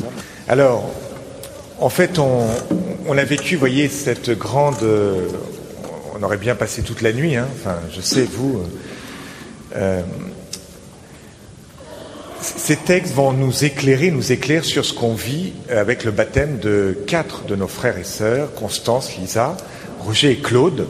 Alors, en fait, on a vécu, vous voyez, cette grande... on aurait bien passé toute la nuit, hein, enfin, je sais, vous... ces textes vont nous éclairent sur ce qu'on vit avec le baptême de 4 de nos frères et sœurs, Constance, Lisa, Roger et Claude.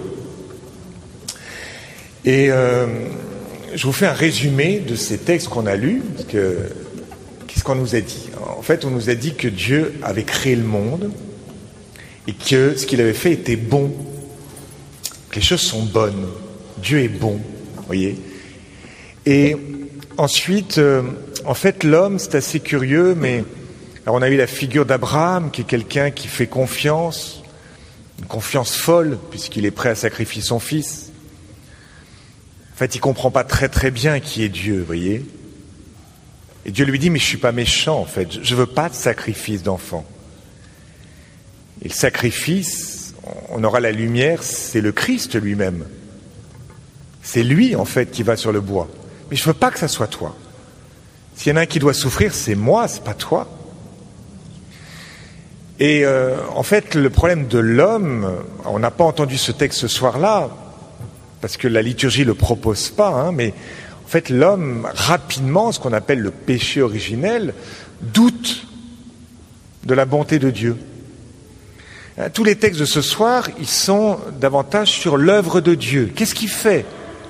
Et je vous fais un résumé de ces textes qu'on a lus, parce que qu'est-ce qu'on nous a dit? En fait, on nous a dit que Dieu avait créé le monde et que ce qu'il avait fait était bon, que les choses sont bonnes. Dieu est bon, vous voyez. Et ensuite, en fait, l'homme, c'est assez curieux, mais alors on a eu la figure d'Abraham, qui est quelqu'un qui fait confiance, une confiance folle, puisqu'il est prêt à sacrifier son fils. En fait, il comprend pas très bien qui est Dieu, vous voyez. Et Dieu lui dit, mais je suis pas méchant, en fait. Je veux pas de sacrifice d'enfant. Et le sacrifice, on aura la lumière, c'est le Christ lui-même. C'est lui, en fait, qui va sur le bois. Mais je veux pas que ça soit toi. S'il y en a un qui doit souffrir, c'est moi, c'est pas toi. Et en fait, le problème de l'homme, on n'a pas entendu ce texte ce soir-là, parce que la liturgie le propose pas, hein, mais en fait, l'homme, rapidement, ce qu'on appelle le péché originel, doute de la bonté de Dieu. Tous les textes de ce soir, ils sont davantage sur l'œuvre de Dieu. Qu'est-ce qu'il fait?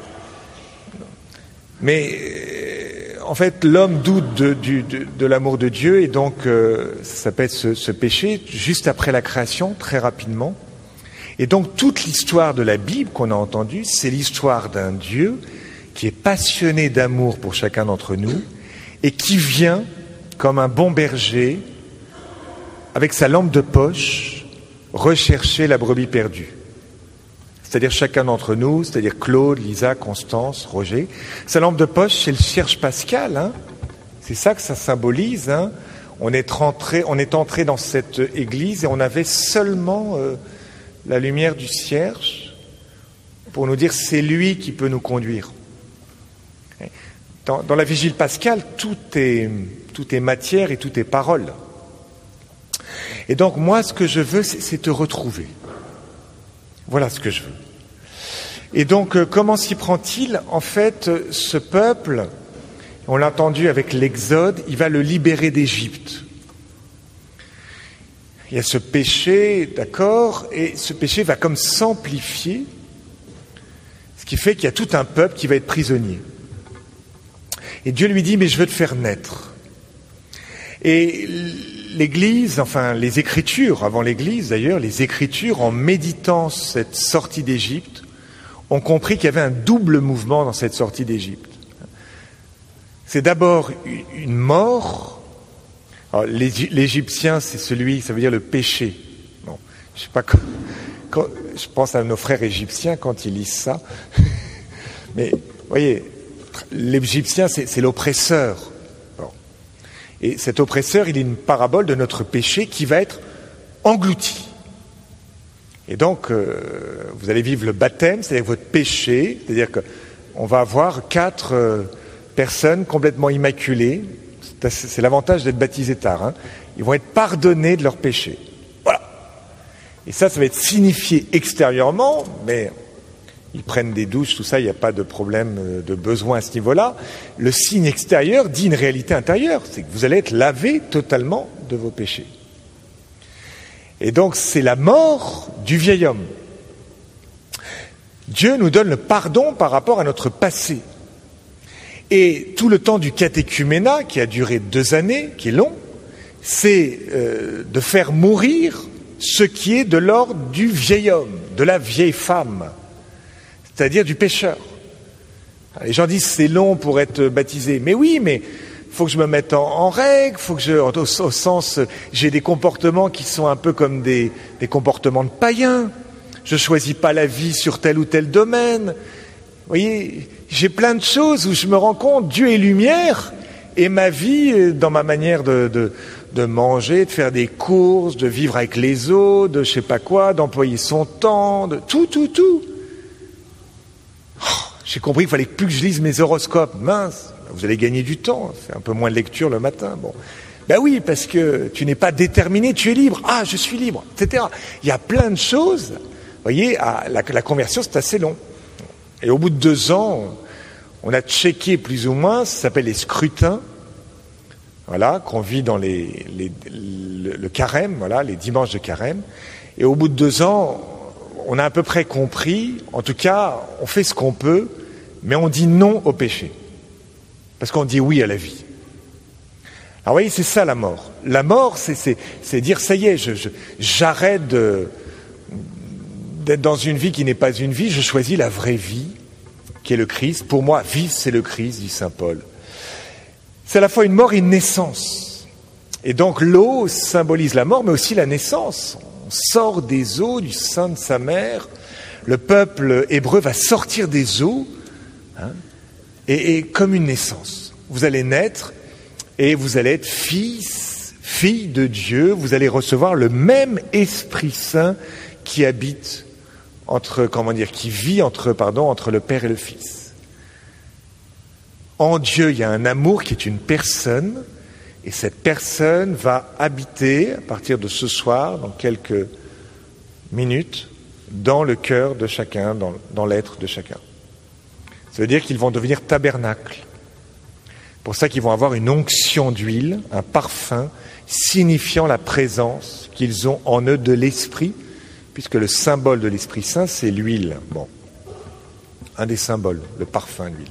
Mais en fait, l'homme doute de l'amour de Dieu, et donc ça s'appelle ce péché juste après la création, très rapidement. Et donc toute l'histoire de la Bible qu'on a entendue, c'est l'histoire d'un Dieu qui est passionné d'amour pour chacun d'entre nous et qui vient comme un bon berger avec sa lampe de poche rechercher la brebis perdue. C'est-à-dire chacun d'entre nous, c'est-à-dire Claude, Lisa, Constance, Roger. Sa lampe de poche, c'est le cierge pascal, hein. C'est ça que ça symbolise, hein. On est entré dans cette église et on avait seulement la lumière du cierge pour nous dire c'est lui qui peut nous conduire. Dans la vigile pascale, tout est matière et tout est parole. Et donc moi, ce que je veux, c'est te retrouver. Voilà ce que je veux. Et donc, comment s'y prend-il? En fait, ce peuple, on l'a entendu avec l'Exode, il va le libérer d'Égypte. Il y a ce péché, d'accord, et ce péché va comme s'amplifier, ce qui fait qu'il y a tout un peuple qui va être prisonnier. Et Dieu lui dit, mais je veux te faire naître. Et l'Église, enfin les Écritures, avant l'Église d'ailleurs, les Écritures, en méditant cette sortie d'Égypte, ont compris qu'il y avait un double mouvement dans cette sortie d'Égypte. C'est d'abord une mort. Alors, l'Égyptien, c'est celui, ça veut dire le péché. Bon, je sais pas quand je pense à nos frères égyptiens quand ils lisent ça. Mais, vous voyez, l'Égyptien, c'est l'oppresseur. Bon. Et cet oppresseur, il est une parabole de notre péché qui va être englouti. Et donc, vous allez vivre le baptême, c'est-à-dire votre péché, c'est-à-dire qu'on va avoir 4 personnes complètement immaculées. C'est l'avantage d'être baptisé tard, hein. Ils vont être pardonnés de leurs péchés. Voilà. Et ça va être signifié extérieurement, mais ils prennent des douches, tout ça, il n'y a pas de problème de besoin à ce niveau-là. Le signe extérieur dit une réalité intérieure, c'est que vous allez être lavé totalement de vos péchés. Et donc, c'est la mort du vieil homme. Dieu nous donne le pardon par rapport à notre passé. Et tout le temps du catéchuménat, qui a duré 2 années, qui est long, c'est de faire mourir ce qui est de l'ordre du vieil homme, de la vieille femme, c'est-à-dire du pécheur. Les gens disent c'est long pour être baptisé. Mais oui, mais faut que je me mette en règle, faut que au sens, j'ai des comportements qui sont un peu comme des comportements de païens. Je choisis pas la vie sur tel ou tel domaine. Vous voyez, j'ai plein de choses où je me rends compte, Dieu est lumière, et ma vie, dans ma manière de manger, de faire des courses, de vivre avec les autres, de je sais pas quoi, d'employer son temps, de tout. J'ai compris qu'il fallait plus que je lise mes horoscopes. Mince, vous allez gagner du temps, c'est un peu moins de lecture le matin. Bon, Ben oui, parce que tu n'es pas déterminé, tu es libre. Ah, je suis libre, etc. Il y a plein de choses. Vous voyez, la conversion, c'est assez long. Et au bout de 2 ans, on a checké plus ou moins, ça s'appelle les scrutins, voilà, qu'on vit dans le carême, voilà, les dimanches de carême. Et au bout de 2 ans, on a à peu près compris, en tout cas, on fait ce qu'on peut, mais on dit non au péché. Parce qu'on dit oui à la vie. Alors vous voyez, c'est ça la mort. La mort, c'est dire, ça y est, j'arrête d'être dans une vie qui n'est pas une vie, je choisis la vraie vie, qui est le Christ. Pour moi, vivre, c'est le Christ, dit saint Paul. C'est à la fois une mort et une naissance. Et donc l'eau symbolise la mort, mais aussi la naissance. On sort des eaux du sein de sa mère. Le peuple hébreu va sortir des eaux, et comme une naissance. Vous allez naître et vous allez être fils, fille de Dieu. Vous allez recevoir le même Esprit Saint qui habite qui vit entre le Père et le Fils. En Dieu, il y a un amour qui est une personne, et cette personne va habiter, à partir de ce soir, dans quelques minutes, dans le cœur de chacun, dans l'être de chacun. Ça veut dire qu'ils vont devenir tabernacle. Pour ça qu'ils vont avoir une onction d'huile, un parfum, signifiant la présence qu'ils ont en eux de l'Esprit, puisque le symbole de l'Esprit Saint, c'est l'huile. Bon, un des symboles, le parfum, l'huile.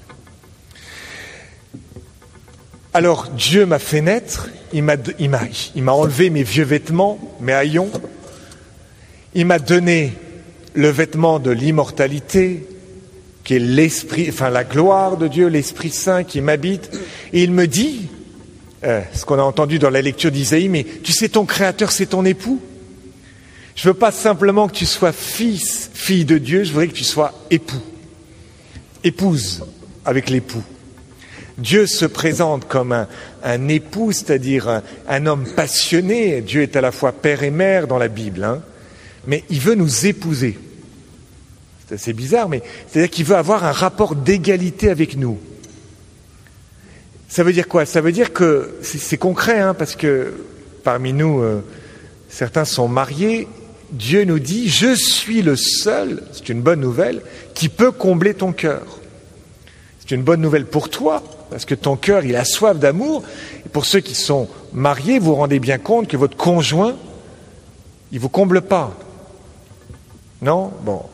Alors, Dieu m'a fait naître, il m'a enlevé mes vieux vêtements, mes haillons, il m'a donné le vêtement de l'immortalité, qui est l'Esprit, la gloire de Dieu, l'Esprit Saint qui m'habite, et il me dit, ce qu'on a entendu dans la lecture d'Isaïe, mais tu sais, ton Créateur, c'est ton époux. Je ne veux pas simplement que tu sois fils, fille de Dieu, je voudrais que tu sois époux, épouse avec l'époux. Dieu se présente comme un époux, c'est-à-dire un homme passionné. Dieu est à la fois père et mère dans la Bible, mais il veut nous épouser. C'est assez bizarre, mais c'est-à-dire qu'il veut avoir un rapport d'égalité avec nous. Ça veut dire quoi? Ça veut dire que, c'est concret, parce que parmi nous, certains sont mariés. Dieu nous dit, je suis le seul, c'est une bonne nouvelle, qui peut combler ton cœur. C'est une bonne nouvelle pour toi, parce que ton cœur, il a soif d'amour. Et pour ceux qui sont mariés, vous vous rendez bien compte que votre conjoint, il ne vous comble pas. Non? Bon.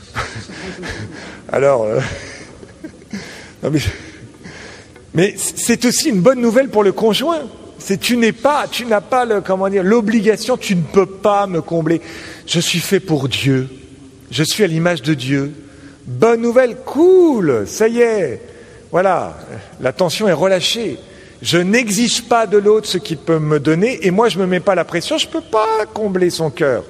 Alors, non mais c'est aussi une bonne nouvelle pour le conjoint. Tu n'as pas l'obligation, tu ne peux pas me combler. Je suis fait pour Dieu. Je suis à l'image de Dieu. Bonne nouvelle, cool, ça y est. Voilà, la tension est relâchée. Je n'exige pas de l'autre ce qu'il peut me donner, et moi je ne me mets pas la pression, je ne peux pas combler son cœur.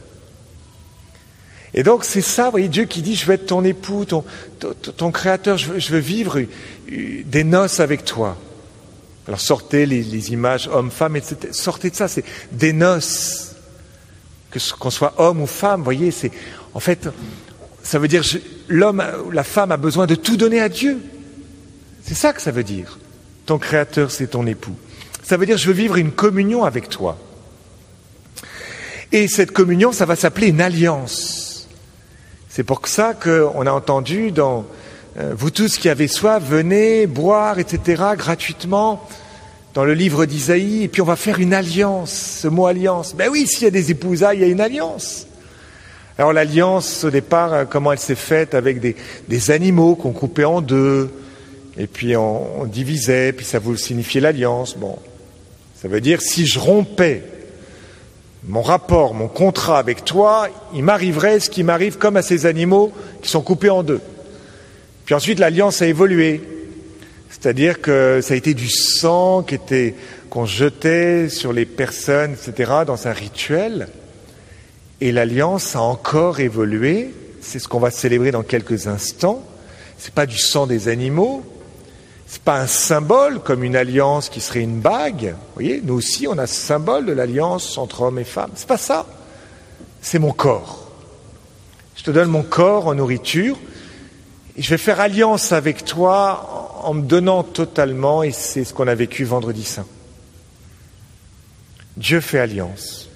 Et donc c'est ça, vous voyez, Dieu qui dit, je veux être ton époux, ton créateur, je veux vivre des noces avec toi. Alors sortez les images homme-femme, etc. Sortez de ça, c'est des noces. Qu'on soit homme ou femme, vous voyez, en fait, ça veut dire l'homme, la femme a besoin de tout donner à Dieu. C'est ça que ça veut dire. Ton créateur, c'est ton époux. Ça veut dire, je veux vivre une communion avec toi. Et cette communion, ça va s'appeler une alliance. C'est pour ça qu'on a entendu dans vous tous qui avez soif, venez boire, etc., gratuitement, dans le livre d'Isaïe, et puis on va faire une alliance, ce mot alliance. Ben oui, s'il y a des épousailles, il y a une alliance. Alors l'alliance, au départ, comment elle s'est faite? Avec des animaux qu'on coupait en deux, et puis on divisait, puis ça voulait signifier l'alliance. Bon, ça veut dire, si je rompais mon rapport, mon contrat avec toi, il m'arriverait ce qui m'arrive comme à ces animaux qui sont coupés en deux. Puis ensuite, l'alliance a évolué. C'est-à-dire que ça a été du sang qu'on jetait sur les personnes, etc., dans un rituel. Et l'alliance a encore évolué. C'est ce qu'on va célébrer dans quelques instants. C'est pas du sang des animaux. C'est pas un symbole comme une alliance qui serait une bague. Vous voyez, nous aussi, on a ce symbole de l'alliance entre hommes et femmes. C'est pas ça. C'est mon corps. Je te donne mon corps en nourriture. Et je vais faire alliance avec toi en me donnant totalement, et c'est ce qu'on a vécu vendredi saint. Dieu fait alliance.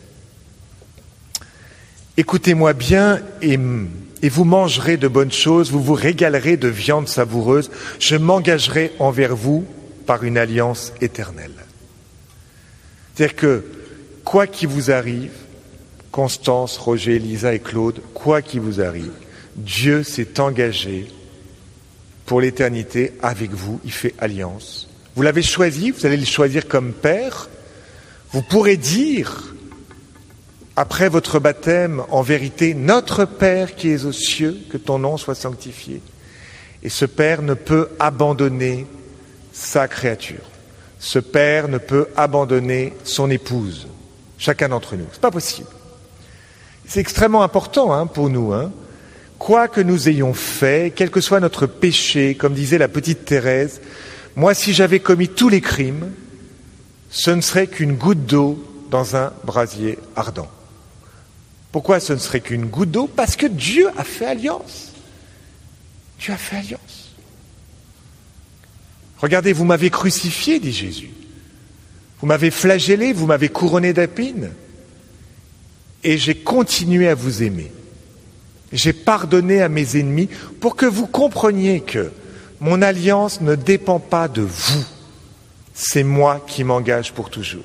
Écoutez-moi bien et vous mangerez de bonnes choses, vous vous régalerez de viande savoureuse. Je m'engagerai envers vous par une alliance éternelle. C'est-à-dire que, quoi qu'il vous arrive, Constance, Roger, Lisa et Claude, quoi qu'il vous arrive, Dieu s'est engagé pour l'éternité avec vous, il fait alliance. Vous l'avez choisi, vous allez le choisir comme père. Vous pourrez dire, après votre baptême, en vérité, notre Père qui es aux cieux, que ton nom soit sanctifié. Et ce Père ne peut abandonner sa créature. Ce Père ne peut abandonner son épouse, chacun d'entre nous. C'est pas possible. C'est extrêmement important pour nous. Quoi que nous ayons fait, quel que soit notre péché, comme disait la petite Thérèse, moi si j'avais commis tous les crimes, ce ne serait qu'une goutte d'eau dans un brasier ardent. Pourquoi ce ne serait qu'une goutte d'eau? Parce que Dieu a fait alliance. Dieu a fait alliance. Regardez, vous m'avez crucifié, dit Jésus. Vous m'avez flagellé, vous m'avez couronné d'épines. Et j'ai continué à vous aimer. J'ai pardonné à mes ennemis pour que vous compreniez que mon alliance ne dépend pas de vous. C'est moi qui m'engage pour toujours.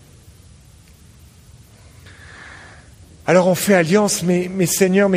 Alors on fait alliance, mais Seigneur,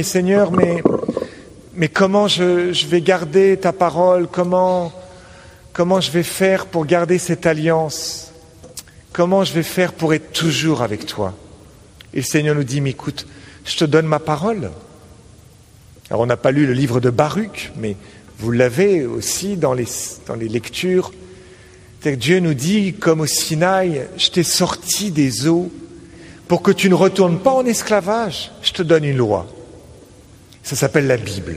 mais comment je vais garder ta parole? Comment je vais faire pour garder cette alliance? Comment je vais faire pour être toujours avec toi? Et le Seigneur nous dit, mais écoute, je te donne ma parole. Alors on n'a pas lu le livre de Baruch, mais vous l'avez aussi dans les lectures. Dieu nous dit, comme au Sinaï, je t'ai sorti des eaux pour que tu ne retournes pas en esclavage. Je te donne une loi. Ça s'appelle la Bible.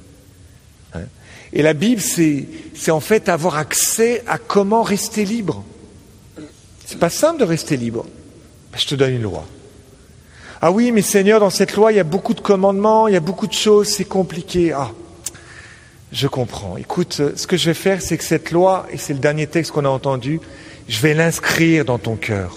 Et la Bible, c'est en fait avoir accès à comment rester libre. C'est pas simple de rester libre. Je te donne une loi. Ah oui, mais Seigneur, dans cette loi, il y a beaucoup de commandements, il y a beaucoup de choses, c'est compliqué. Ah, je comprends. Écoute, ce que je vais faire, c'est que cette loi, et c'est le dernier texte qu'on a entendu, je vais l'inscrire dans ton cœur.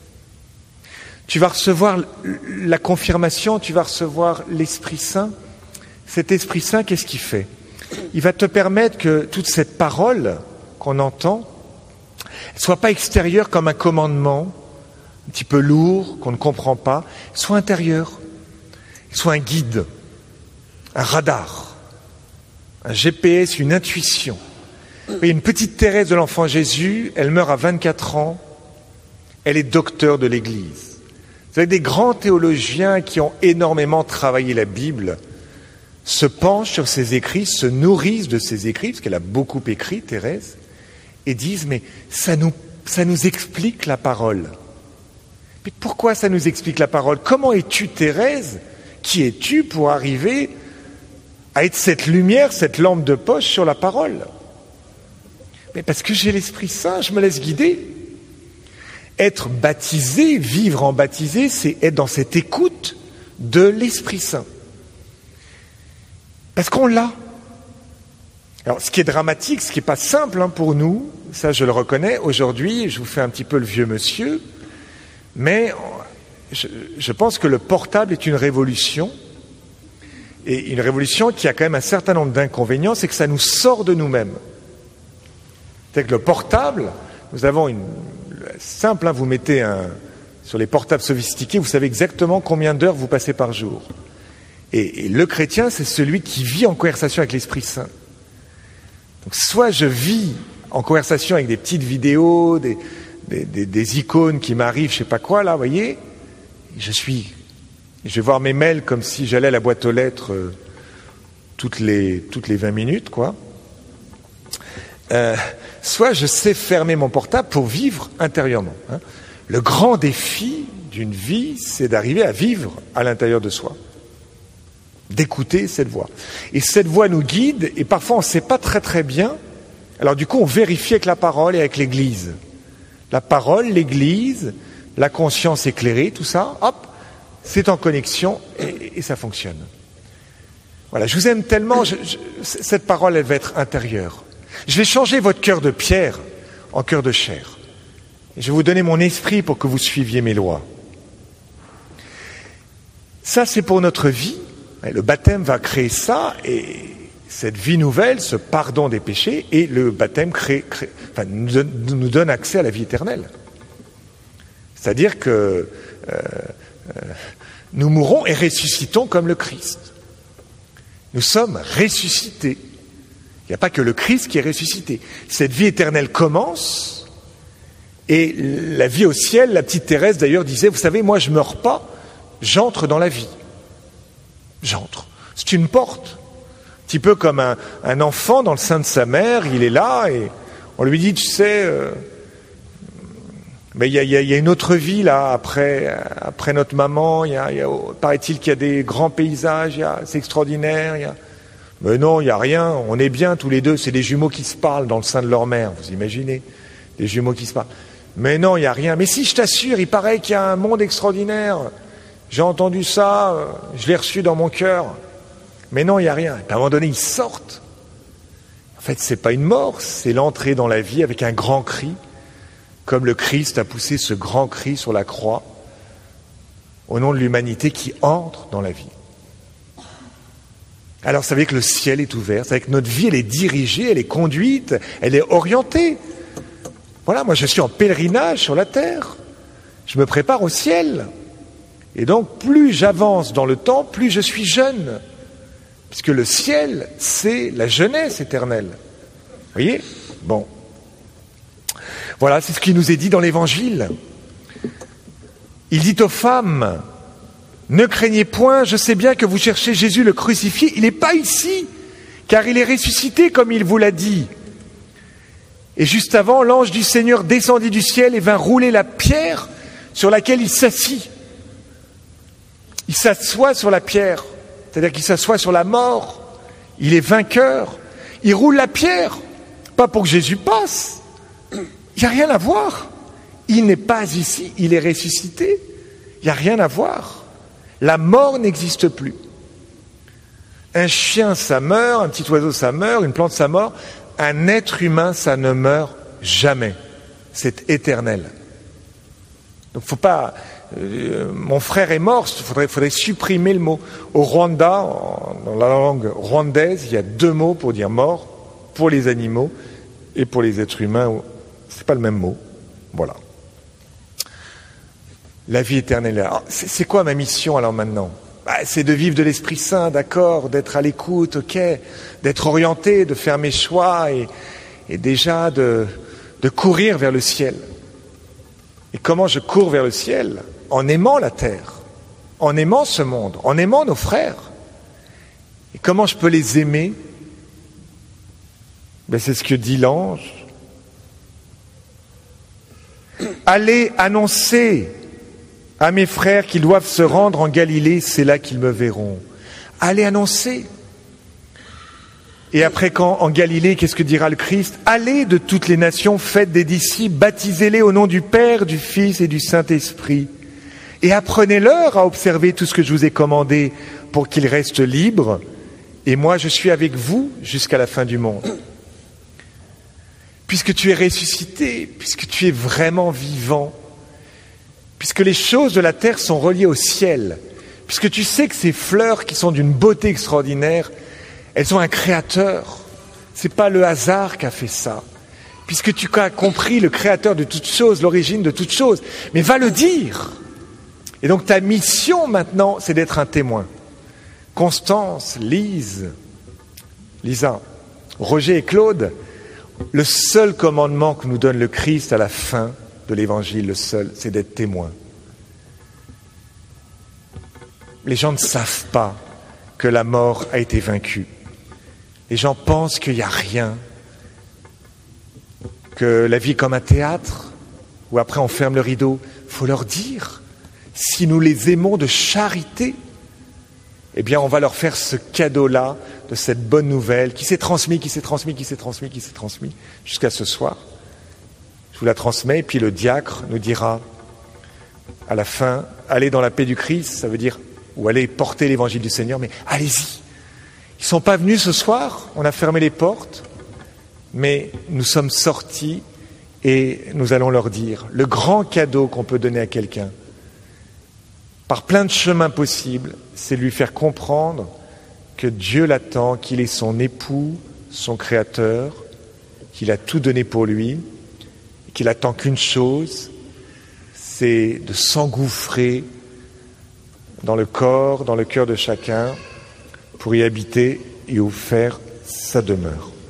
Tu vas recevoir la confirmation, tu vas recevoir l'Esprit Saint. Cet Esprit Saint, qu'est-ce qu'il fait? Il va te permettre que toute cette parole qu'on entend ne soit pas extérieure comme un commandement, un petit peu lourd, qu'on ne comprend pas, soit intérieur, soit un guide, un radar, un GPS, une intuition. Et une petite Thérèse de l'Enfant Jésus, elle meurt à 24 ans, elle est docteure de l'Église. Vous avez des grands théologiens qui ont énormément travaillé la Bible, se penchent sur ses écrits, se nourrissent de ses écrits, parce qu'elle a beaucoup écrit, Thérèse, et disent, mais ça nous explique la parole. Mais pourquoi ça nous explique la parole? Comment es-tu, Thérèse? Qui es-tu pour arriver à être cette lumière, cette lampe de poche sur la parole? Mais parce que j'ai l'Esprit Saint, je me laisse guider. Être baptisé, vivre en baptisé, c'est être dans cette écoute de l'Esprit Saint. Parce qu'on l'a. Alors, ce qui est dramatique, ce qui n'est pas simple pour nous, ça je le reconnais, aujourd'hui, je vous fais un petit peu le vieux monsieur, mais je pense que le portable est une révolution, et une révolution qui a quand même un certain nombre d'inconvénients, c'est que ça nous sort de nous-mêmes. C'est-à-dire que le portable, nous avons une... Simple, vous mettez sur les portables sophistiqués, vous savez exactement combien d'heures vous passez par jour. Et le chrétien, c'est celui qui vit en conversation avec l'Esprit Saint. Donc soit je vis en conversation avec des petites vidéos, des icônes qui m'arrivent, je sais pas quoi, là, vous voyez, je vais voir mes mails comme si j'allais à la boîte aux lettres toutes les 20 minutes, quoi. Soit je sais fermer mon portable pour vivre intérieurement. Le grand défi d'une vie, c'est d'arriver à vivre à l'intérieur de soi, d'écouter cette voix. Et cette voix nous guide, et parfois on ne sait pas très très bien. Alors du coup, on vérifie avec la parole et avec l'Église. La parole, l'Église, la conscience éclairée, tout ça, hop, c'est en connexion et ça fonctionne. Voilà, je vous aime tellement, cette parole, elle va être intérieure. Je vais changer votre cœur de pierre en cœur de chair. Je vais vous donner mon esprit pour que vous suiviez mes lois. Ça, c'est pour notre vie. Le baptême va créer ça, et cette vie nouvelle, ce pardon des péchés, et le baptême nous donne accès à la vie éternelle. C'est-à-dire que nous mourrons et ressuscitons comme le Christ. Nous sommes ressuscités. Il n'y a pas que le Christ qui est ressuscité. Cette vie éternelle commence, et la vie au ciel, la petite Thérèse d'ailleurs disait, vous savez, moi je ne meurs pas, j'entre dans la vie. J'entre. C'est une porte. Un petit peu comme un enfant dans le sein de sa mère, il est là et on lui dit, tu sais, mais il y a une autre vie là, après notre maman, paraît-il qu'il y a des grands paysages, c'est extraordinaire. Mais non, il n'y a rien, on est bien tous les deux, c'est des jumeaux qui se parlent dans le sein de leur mère, vous imaginez, des jumeaux qui se parlent. Mais non, il n'y a rien. Mais si, je t'assure, il paraît qu'il y a un monde extraordinaire. J'ai entendu ça, je l'ai reçu dans mon cœur. Mais non, il n'y a rien. Et à un moment donné, ils sortent. En fait, ce n'est pas une mort, c'est l'entrée dans la vie avec un grand cri, comme le Christ a poussé ce grand cri sur la croix, au nom de l'humanité qui entre dans la vie. Alors, vous savez que le ciel est ouvert, vous savez que notre vie, elle est dirigée, elle est conduite, elle est orientée. Voilà, moi je suis en pèlerinage sur la terre. Je me prépare au ciel. Et donc, plus j'avance dans le temps, plus je suis jeune. Puisque le ciel, c'est la jeunesse éternelle. Vous voyez ? Bon. Voilà, c'est ce qui nous est dit dans l'Évangile. Il dit aux femmes, ne craignez point, je sais bien que vous cherchez Jésus le crucifié. Il n'est pas ici, car il est ressuscité comme il vous l'a dit. Et juste avant, l'ange du Seigneur descendit du ciel et vint rouler la pierre sur laquelle il s'assit. Il s'assoit sur la pierre, c'est-à-dire qu'il s'assoit sur la mort. Il est vainqueur. Il roule la pierre, pas pour que Jésus passe. Il n'y a rien à voir. Il n'est pas ici, il est ressuscité. Il n'y a rien à voir. La mort n'existe plus. Un chien, ça meurt, un petit oiseau, ça meurt, une plante, ça meurt. Un être humain, ça ne meurt jamais. C'est éternel. Donc, faut pas... mon frère est mort, il faudrait supprimer le mot. Au Rwanda, dans la langue rwandaise, il y a 2 mots pour dire mort, pour les animaux et pour les êtres humains. C'est pas le même mot. Voilà. La vie éternelle. Alors, c'est quoi ma mission alors maintenant ? C'est de vivre de l'Esprit Saint, d'accord, d'être à l'écoute, ok, d'être orienté, de faire mes choix et déjà de courir vers le ciel. Et comment je cours vers le ciel ? En aimant la terre, en aimant ce monde, en aimant nos frères. Et comment je peux les aimer ? C'est ce que dit l'ange. Allez annoncer à mes frères qu'ils doivent se rendre en Galilée, c'est là qu'ils me verront. Allez annoncer. Et après, quand en Galilée, qu'est-ce que dira le Christ ? Allez de toutes les nations, faites des disciples, baptisez-les au nom du Père, du Fils et du Saint-Esprit. Et apprenez-leur à observer tout ce que je vous ai commandé pour qu'ils restent libres. Et moi, je suis avec vous jusqu'à la fin du monde. Puisque tu es ressuscité, puisque tu es vraiment vivant, puisque les choses de la terre sont reliées au ciel, puisque tu sais que ces fleurs qui sont d'une beauté extraordinaire, elles ont un créateur. C'est pas le hasard qui a fait ça. Puisque tu as compris le créateur de toutes choses, l'origine de toutes choses. Mais va le dire. Et donc ta mission maintenant, c'est d'être un témoin. Constance, Lisa, Roger et Claude, le seul commandement que nous donne le Christ à la fin de l'Évangile, le seul, c'est d'être témoin. Les gens ne savent pas que la mort a été vaincue. Les gens pensent qu'il n'y a rien, que la vie est comme un théâtre, où après on ferme le rideau. Il faut leur dire, si nous les aimons de charité, eh bien on va leur faire ce cadeau-là, de cette bonne nouvelle, qui s'est transmise, jusqu'à ce soir. Je vous la transmets, et puis le diacre nous dira, à la fin, allez dans la paix du Christ, ça veut dire, ou allez porter l'évangile du Seigneur, mais allez-y. Ils ne sont pas venus ce soir, on a fermé les portes, mais nous sommes sortis Et nous allons leur dire, le grand cadeau qu'on peut donner à quelqu'un, par plein de chemins possibles, c'est lui faire comprendre que Dieu l'attend, qu'il est son époux, son créateur, qu'il a tout donné pour lui, qu'il attend qu'une chose, c'est de s'engouffrer dans le corps, dans le cœur de chacun, pour y habiter et y faire sa demeure.